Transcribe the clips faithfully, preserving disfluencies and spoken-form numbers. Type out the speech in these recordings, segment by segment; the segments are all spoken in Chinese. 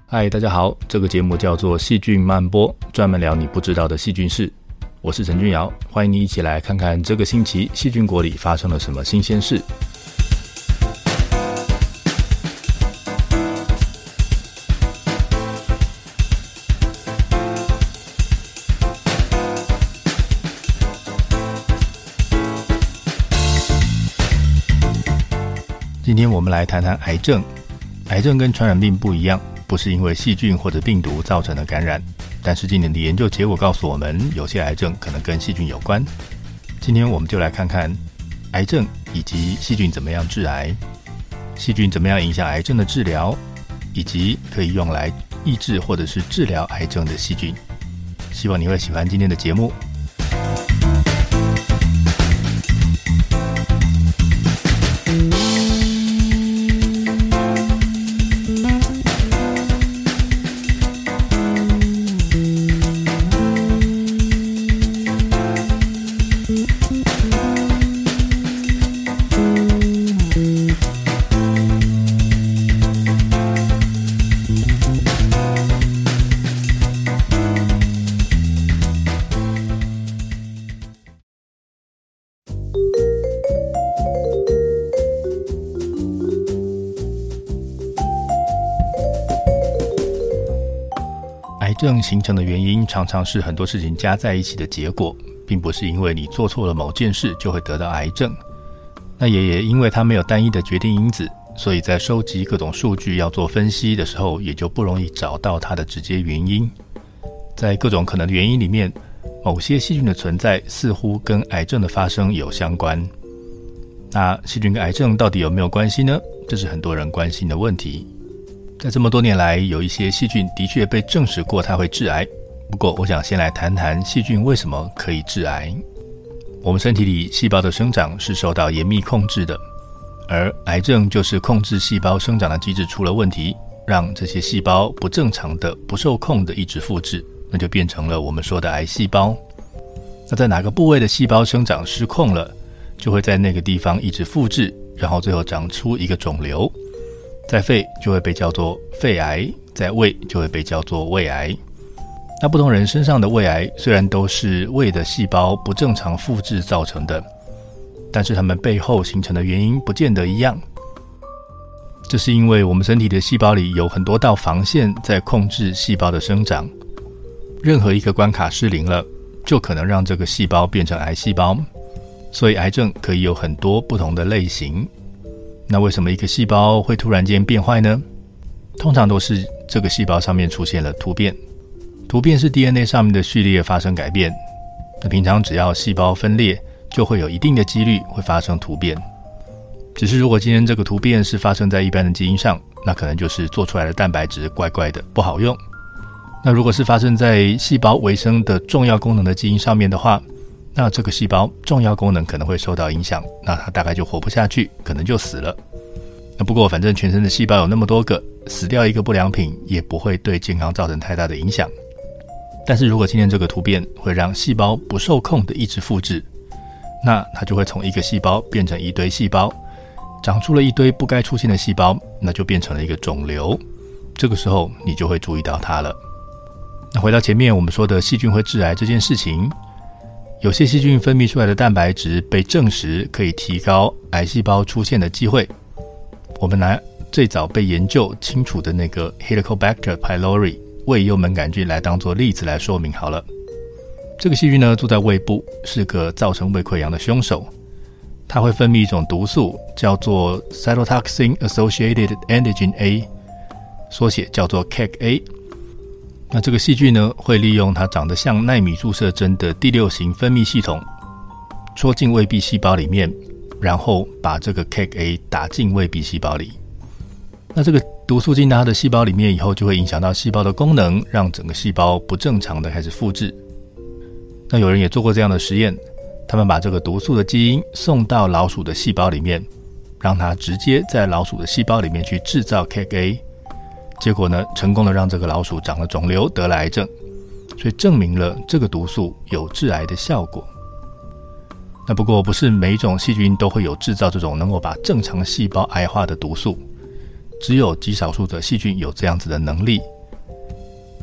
嗨，大家好，这个节目叫做细菌漫播，专门聊你不知道的细菌事。我是陈君尧，欢迎你一起来看看这个星期细菌国里发生了什么新鲜事。今天我们来谈谈癌症。癌症跟传染病不一样，不是因为细菌或者病毒造成的感染，但是今年的研究结果告诉我们，有些癌症可能跟细菌有关。今天我们就来看看癌症以及细菌怎么样致癌，细菌怎么样影响癌症的治疗，以及可以用来抑制或者是治疗癌症的细菌。希望你会喜欢今天的节目。癌症形成的原因常常是很多事情加在一起的结果，并不是因为你做错了某件事就会得到癌症。那也也因为它没有单一的决定因子，所以在收集各种数据要做分析的时候，也就不容易找到它的直接原因。在各种可能的原因里面，某些细菌的存在似乎跟癌症的发生有相关。那细菌跟癌症到底有没有关系呢？这是很多人关心的问题。在这么多年来，有一些细菌的确被证实过它会致癌。不过我想先来谈谈细菌为什么可以致癌。我们身体里细胞的生长是受到严密控制的，而癌症就是控制细胞生长的机制出了问题，让这些细胞不正常的、不受控的一直复制，那就变成了我们说的癌细胞。那在哪个部位的细胞生长失控了，就会在那个地方一直复制，然后最后长出一个肿瘤。在肺就会被叫做肺癌，在胃就会被叫做胃癌。那不同人身上的胃癌虽然都是胃的细胞不正常复制造成的，但是它们背后形成的原因不见得一样。这是因为我们身体的细胞里有很多道防线在控制细胞的生长，任何一个关卡失灵了，就可能让这个细胞变成癌细胞。所以癌症可以有很多不同的类型。那为什么一个细胞会突然间变坏呢？通常都是这个细胞上面出现了突变。突变是 D N A 上面的序列发生改变。那平常只要细胞分裂，就会有一定的几率会发生突变。只是如果今天这个突变是发生在一般的基因上，那可能就是做出来的蛋白质怪怪的，不好用。那如果是发生在细胞维生的重要功能的基因上面的话，那这个细胞重要功能可能会受到影响，那它大概就活不下去，可能就死了。那不过反正全身的细胞有那么多个，死掉一个不良品也不会对健康造成太大的影响。但是如果今天这个突变会让细胞不受控的一直复制，那它就会从一个细胞变成一堆细胞，长出了一堆不该出现的细胞，那就变成了一个肿瘤。这个时候你就会注意到它了。那回到前面我们说的细菌会致癌这件事情，有些细菌分泌出来的蛋白质被证实可以提高癌细胞出现的机会。我们拿最早被研究清楚的那个 Helicobacter pylori 胃幽门杆菌来当作例子来说明好了。这个细菌呢，住在胃部，是个造成胃溃疡的凶手。它会分泌一种毒素，叫做 Cytotoxin Associated Antigen A， 缩写叫做 C A C A。那这个细菌呢，会利用它长得像奈米注射针的第六型分泌系统，戳进胃壁细胞里面，然后把这个 C A C A 打进胃壁细胞里。那这个毒素进到它的细胞里面以后，就会影响到细胞的功能，让整个细胞不正常的开始复制。那有人也做过这样的实验，他们把这个毒素的基因送到老鼠的细胞里面，让它直接在老鼠的细胞里面去制造 C A C A。结果呢，成功的让这个老鼠长了肿瘤，得了癌症，所以证明了这个毒素有致癌的效果。那不过不是每一种细菌都会有制造这种能够把正常细胞癌化的毒素，只有极少数的细菌有这样子的能力。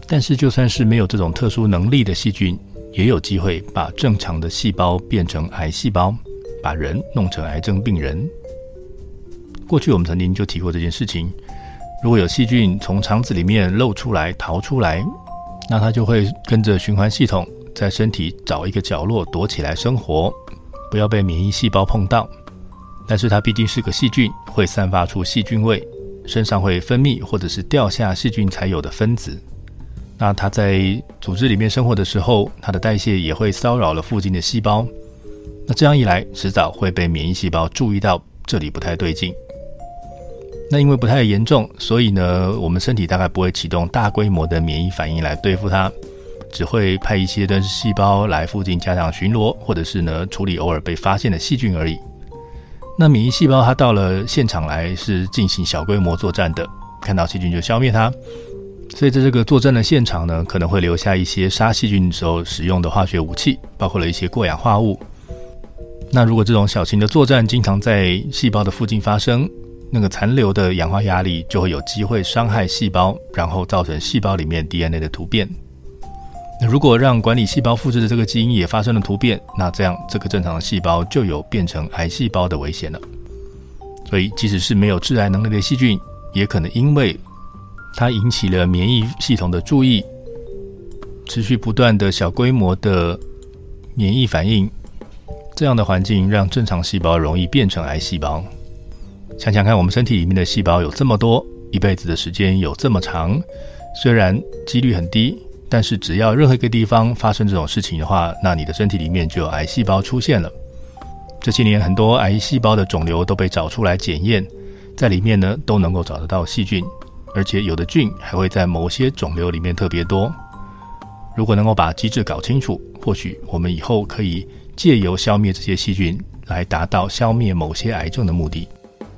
但是就算是没有这种特殊能力的细菌，也有机会把正常的细胞变成癌细胞，把人弄成癌症病人。过去我们曾经就提过这件事情，如果有细菌从肠子里面漏出来逃出来，那它就会跟着循环系统在身体找一个角落躲起来生活，不要被免疫细胞碰到。但是它毕竟是个细菌，会散发出细菌味，身上会分泌或者是掉下细菌才有的分子。那它在组织里面生活的时候，它的代谢也会骚扰了附近的细胞，那这样一来迟早会被免疫细胞注意到这里不太对劲。那因为不太严重，所以呢，我们身体大概不会启动大规模的免疫反应来对付它，只会派一些的细胞来附近加强巡逻，或者是呢处理偶尔被发现的细菌而已。那免疫细胞它到了现场来是进行小规模作战的，看到细菌就消灭它。所以在这个作战的现场呢，可能会留下一些杀细菌时候使用的化学武器，包括了一些过氧化物。那如果这种小型的作战经常在细胞的附近发生，那个残留的氧化压力就会有机会伤害细胞，然后造成细胞里面 D N A 的突变。那如果让管理细胞复制的这个基因也发生了突变，那这样这个正常的细胞就有变成癌细胞的危险了。所以即使是没有致癌能力的细菌，也可能因为它引起了免疫系统的注意，持续不断的小规模的免疫反应，这样的环境让正常细胞容易变成癌细胞。想想看，我们身体里面的细胞有这么多，一辈子的时间有这么长，虽然几率很低，但是只要任何一个地方发生这种事情的话，那你的身体里面就有癌细胞出现了。这些年很多癌细胞的肿瘤都被找出来检验，在里面呢都能够找得到细菌，而且有的菌还会在某些肿瘤里面特别多。如果能够把机制搞清楚，或许我们以后可以借由消灭这些细菌来达到消灭某些癌症的目的。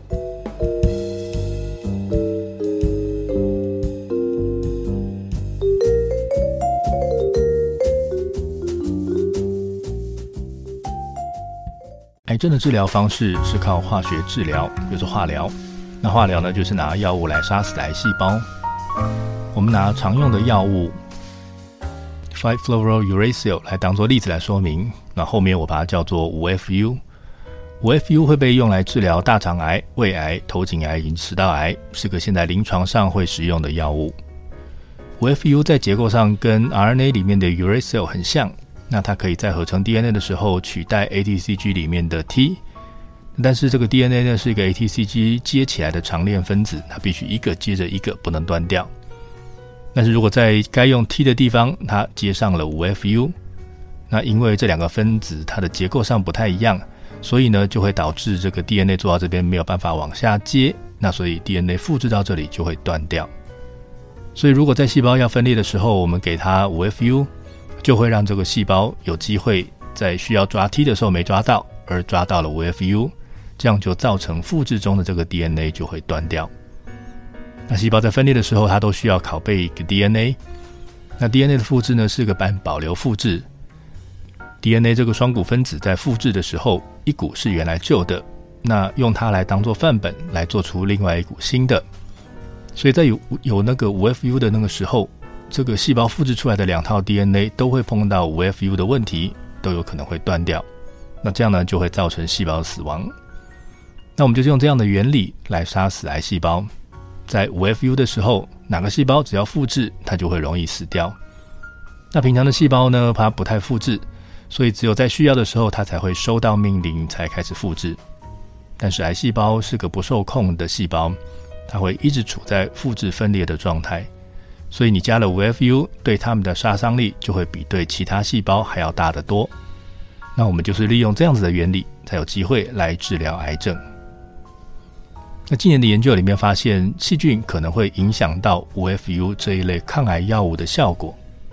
癌症的治疗方式是靠化学治疗，就是化疗。那化疗呢，就是拿药物来杀死癌细胞。我们拿常用的药物 five fluorouracil 来当作例子来说明，那后面我把它叫做 五 F U。 五 F U 会被用来治疗大肠癌、胃癌、头颈癌以及食道癌，是个现在临床上会使用的药物。五 F U 在结构上跟 R N A 里面的 uracil 很像，那它可以在合成 D N A 的时候取代 A T C G 里面的 T， 但是这个 D N A 呢是一个 A T C G 接起来的长链分子，它必须一个接着一个，不能断掉。但是如果在该用 T 的地方它接上了 五 F U， 那因为这两个分子它的结构上不太一样，所以呢就会导致这个 D N A 做到这边没有办法往下接，那所以 D N A 复制到这里就会断掉。所以如果在细胞要分裂的时候，我们给它 五 F U， 就会让这个细胞有机会在需要抓 T 的时候没抓到，而抓到了 五 F U， 这样就造成复制中的这个 D N A 就会断掉。那细胞在分裂的时候，它都需要拷贝一个 D N A， 那 D N A 的复制呢是个半保留复制。 D N A 这个双股分子在复制的时候，一股是原来旧的，那用它来当作范本来做出另外一股新的，所以在有有那个 五 F U 的那个时候，这个细胞复制出来的两套 D N A 都会碰到 五 F U 的问题，都有可能会断掉。那这样呢就会造成细胞死亡。那我们就是用这样的原理来杀死癌细胞。在 五 F U 的时候，哪个细胞只要复制，它就会容易死掉。那平常的细胞呢，它不太复制，所以只有在需要的时候它才会收到命令才开始复制。但是癌细胞是个不受控的细胞，它会一直处在复制分裂的状态，所以你加了 五 F U， 对它们的杀伤力就会比对其他细胞还要大得多。那我们就是利用这样子的原理，才有机会来治疗癌症。那近年的研究里面发现，细菌可能会影响到 五 F U 这一类抗癌药物的效果。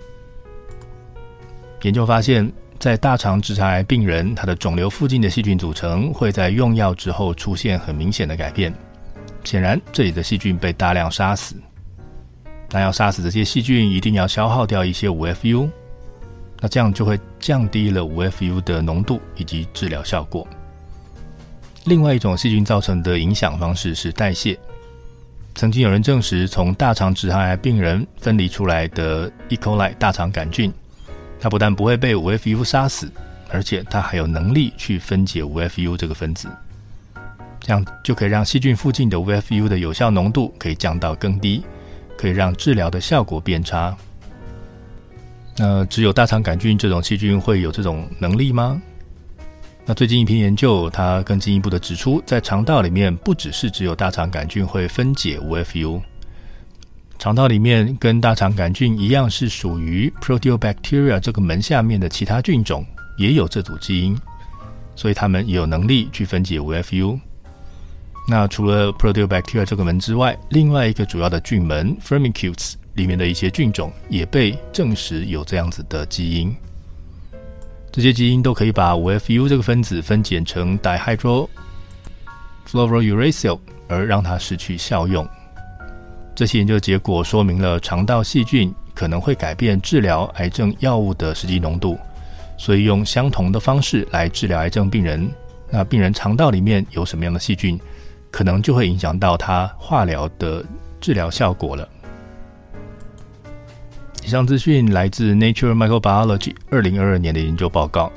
研究发现，在大肠直肠癌病人，他的肿瘤附近的细菌组成会在用药之后出现很明显的改变。显然，这里的细菌被大量杀死。那要杀死这些细菌，一定要消耗掉一些 五 F U， 那这样就会降低了 五 F U 的浓度以及治疗效果。另外一种细菌造成的影响方式是代谢。 曾经有人证实，从大肠直肠癌病人分离出来的 E. coli 大肠杆菌，它不但不会被 五 F U 杀死，而且它还有能力去分解 五 F U 这个分子，这样就可以让细菌附近的 五 F U 的有效浓度可以降到更低，可以让治疗的效果变差。那只有大肠杆菌这种细菌会有这种能力吗？那最近一篇研究，它更进一步的指出，在肠道里面不只是只有大肠杆菌会分解 五 F U， 肠道里面跟大肠杆菌一样是属于 Proteobacteria 这个门下面的其他菌种也有这组基因，所以它们也有能力去分解 五 F U。 那除了 Proteobacteria 这个门之外，另外一个主要的菌门 Firmicutes 里面的一些菌种也被证实有这样子的基因，这些基因都可以把 五 F U 这个分子分解成 dihydrofluorouracil 而让它失去效用。这些研究结果说明了肠道细菌可能会改变治疗癌症药物的实际浓度，所以用相同的方式来治疗癌症病人，那病人肠道里面有什么样的细菌，可能就会影响到他化疗的治疗效果了。以上资讯来自 Nature Microbiology 二零二二年的研究报告。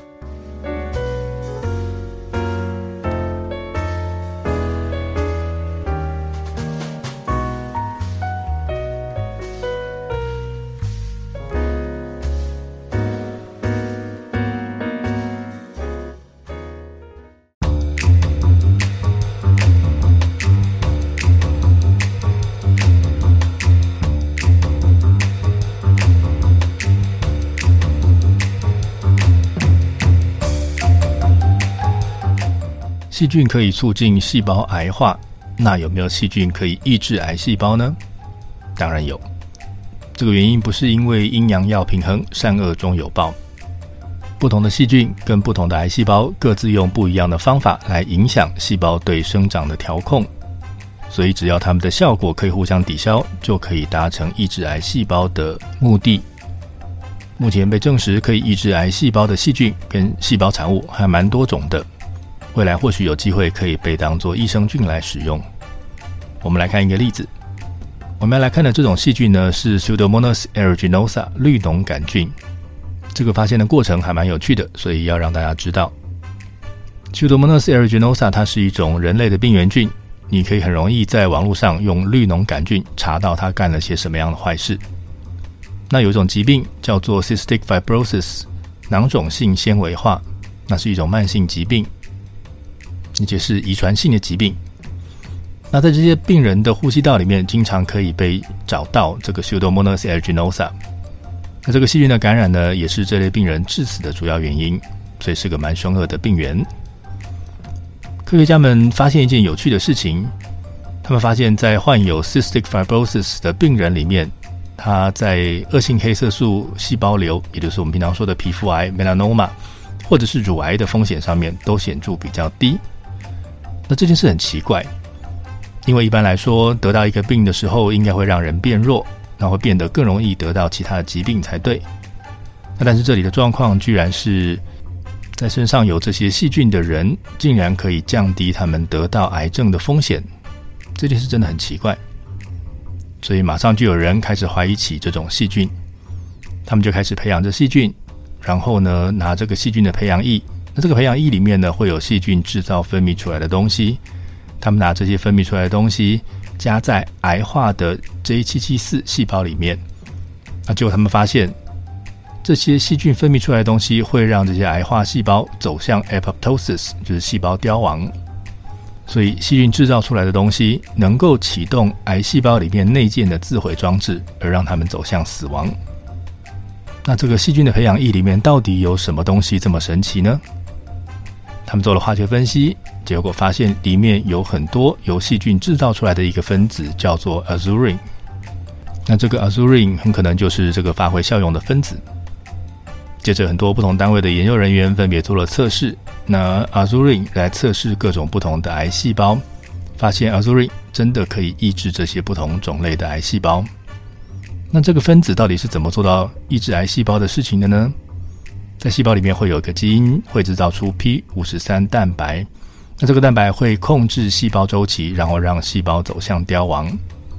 细菌可以促进细胞癌化，那有没有细菌可以抑制癌细胞呢？当然有。这个原因不是因为阴阳要平衡，善恶终有报。不同的细菌跟不同的癌细胞各自用不一样的方法来影响细胞对生长的调控，所以只要它们的效果可以互相抵消，就可以达成抑制癌细胞的目的。目前被证实可以抑制癌细胞的细菌跟细胞产物还蛮多种的，未来或许有机会可以被当作益生菌来使用。我们来看一个例子，我们要来看的这种细菌呢是 Pseudomonas aeruginosa 绿脓杆菌。这个发现的过程还蛮有趣的，所以要让大家知道。Pseudomonas aeruginosa 它是一种人类的病原菌，你可以很容易在网络上用绿脓杆菌查到它干了些什么样的坏事。那有一种疾病叫做 cystic fibrosis 囊肿性纤维化，那是一种慢性疾病，而且是遗传性的疾病。那在这些病人的呼吸道里面经常可以被找到这个 Pseudomonas aeruginosa， 那这个细菌的感染呢也是这类病人致死的主要原因，所以是个蛮凶恶的病原。科学家们发现一件有趣的事情，他们发现在患有 cystic fibrosis 的病人里面，他在恶性黑色素细胞瘤，也就是我们平常说的皮肤癌 melanoma 或者是乳癌的风险上面都显著比较低。那这件事很奇怪，因为一般来说得到一个病的时候应该会让人变弱，那会变得更容易得到其他的疾病才对。那但是这里的状况居然是在身上有这些细菌的人竟然可以降低他们得到癌症的风险，这件事真的很奇怪。所以马上就有人开始怀疑起这种细菌，他们就开始培养这细菌，然后呢拿这个细菌的培养液，那这个培养液里面呢会有细菌制造分泌出来的东西，他们拿这些分泌出来的东西加在癌化的 J 七七四 细胞里面，那结果他们发现这些细菌分泌出来的东西会让这些癌化细胞走向 apoptosis， 就是细胞凋亡。所以细菌制造出来的东西能够启动癌细胞里面内建的自毁装置，而让它们走向死亡。那这个细菌的培养液里面到底有什么东西这么神奇呢？他们做了化学分析，结果发现里面有很多由细菌制造出来的一个分子叫做 azurin。 那这个 azurin 很可能就是这个发挥效用的分子。接着很多不同单位的研究人员分别做了测试，那 azurin 来测试各种不同的癌细胞，发现 azurin 真的可以抑制这些不同种类的癌细胞。那这个分子到底是怎么做到抑制癌细胞的事情的呢？在细胞里面会有一个基因会制造出 P 五十三 蛋白，那这个蛋白会控制细胞周期，然后让细胞走向凋亡。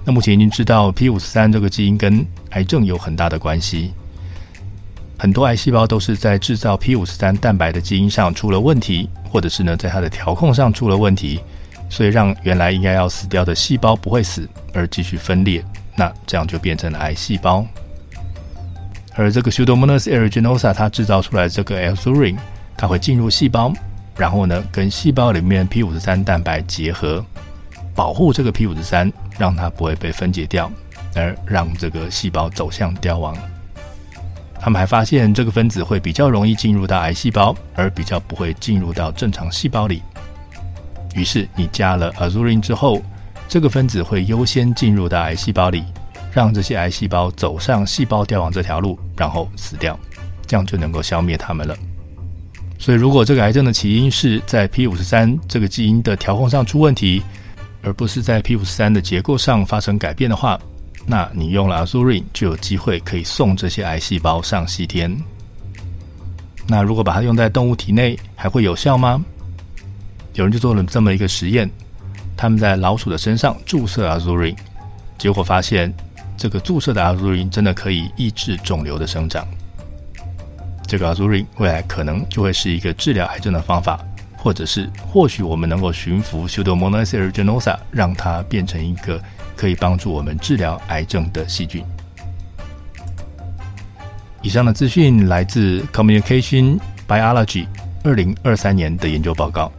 那目前已经知道 P 五十三 这个基因跟癌症有很大的关系，很多癌细胞都是在制造 P 五十三 蛋白的基因上出了问题，或者是呢在它的调控上出了问题，所以让原来应该要死掉的细胞不会死，而继续分裂，那这样就变成了癌细胞。而这个 Pseudomonas aeruginosa 它制造出来的这个 azurin， 它会进入细胞，然后呢跟细胞里面 P 五十三 蛋白结合，保护这个 P 五十三， 让它不会被分解掉，而让这个细胞走向凋亡。他们还发现这个分子会比较容易进入到癌细胞，而比较不会进入到正常细胞里。于是你加了 azurin 之后，这个分子会优先进入到癌细胞里，让这些癌细胞走上细胞凋亡这条路，然后死掉，这样就能够消灭它们了。所以如果这个癌症的起因是在 P 五十三 这个基因的调控上出问题，而不是在 P 五十三 的结构上发生改变的话，那你用了 azurin 就有机会可以送这些癌细胞上西天。那如果把它用在动物体内，还会有效吗？有人就做了这么一个实验，他们在老鼠的身上注射 azurin， 结果发现这个注射的 azurin 真的可以抑制肿瘤的生长。这个 azurin 未来可能就会是一个治疗癌症的方法，或者是或许我们能够驯服 Pseudomonas aeruginosa， 让它变成一个可以帮助我们治疗癌症的细菌。以上的资讯来自 Communication Biology 二零二三年的研究报告。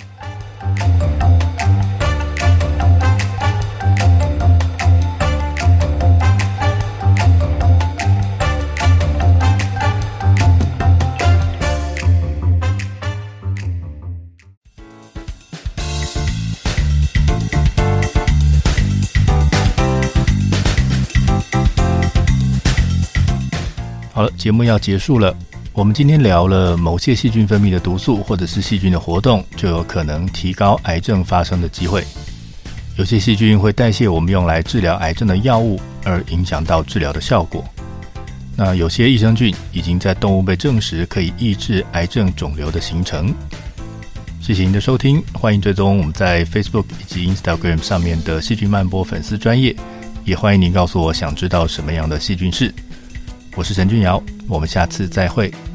好了，节目要结束了。我们今天聊了某些细菌分泌的毒素或者是细菌的活动，就有可能提高癌症发生的机会。有些细菌会代谢我们用来治疗癌症的药物，而影响到治疗的效果。那有些益生菌已经在动物被证实可以抑制癌症肿瘤的形成。谢谢您的收听，欢迎追踪我们在 Facebook 以及 Instagram 上面的细菌漫播粉丝专页，也欢迎您告诉我想知道什么样的细菌是。我是陈俊尧，我们下次再会。